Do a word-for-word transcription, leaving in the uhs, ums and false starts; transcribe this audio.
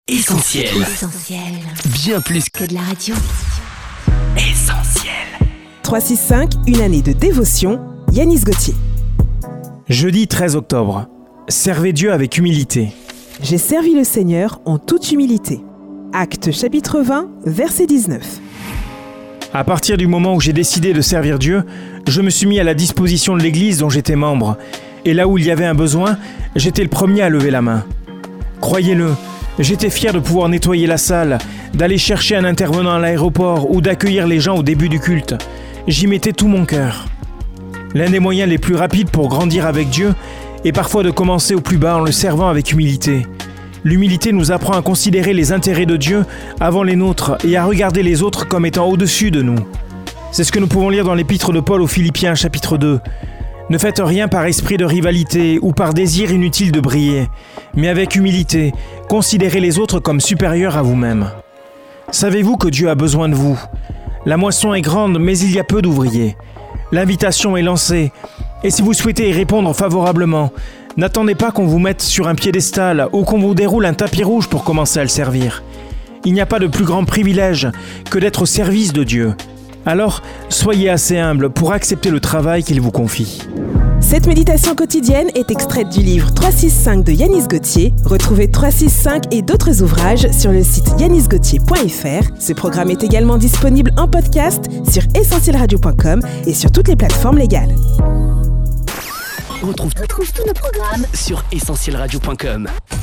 Essentiel. Essentiel. Bien plus que de la radio. Essentiel. trois cent soixante-cinq, une année de dévotion, Yanis Gauthier. Jeudi treize octobre. Servez Dieu avec humilité. J'ai servi le Seigneur en toute humilité. Actes chapitre vingt, verset dix-neuf. À partir du moment où j'ai décidé de servir Dieu, je me suis mis à la disposition de l'église dont j'étais membre. Et là où il y avait un besoin, j'étais le premier à lever la main. Croyez-le, j'étais fier de pouvoir nettoyer la salle, d'aller chercher un intervenant à l'aéroport ou d'accueillir les gens au début du culte. J'y mettais tout mon cœur. L'un des moyens les plus rapides pour grandir avec Dieu est parfois de commencer au plus bas en le servant avec humilité. L'humilité nous apprend à considérer les intérêts de Dieu avant les nôtres et à regarder les autres comme étant au-dessus de nous. C'est ce que nous pouvons lire dans l'épître de Paul aux Philippiens chapitre deux. Ne faites rien par esprit de rivalité ou par désir inutile de briller, mais avec humilité, considérez les autres comme supérieurs à vous-même. Savez-vous que Dieu a besoin de vous ? La moisson est grande, mais il y a peu d'ouvriers. L'invitation est lancée, et si vous souhaitez y répondre favorablement, n'attendez pas qu'on vous mette sur un piédestal ou qu'on vous déroule un tapis rouge pour commencer à le servir. Il n'y a pas de plus grand privilège que d'être au service de Dieu. Alors, soyez assez humble pour accepter le travail qu'il vous confie. Cette méditation quotidienne est extraite du livre trois cent soixante-cinq de Yanis Gauthier. Retrouvez trois cent soixante-cinq et d'autres ouvrages sur le site yanis gauthier point f r. Ce programme est également disponible en podcast sur essentiel radio point com et sur toutes les plateformes légales. On retrouve, Retrouve tous nos programmes sur essentiel radio point com.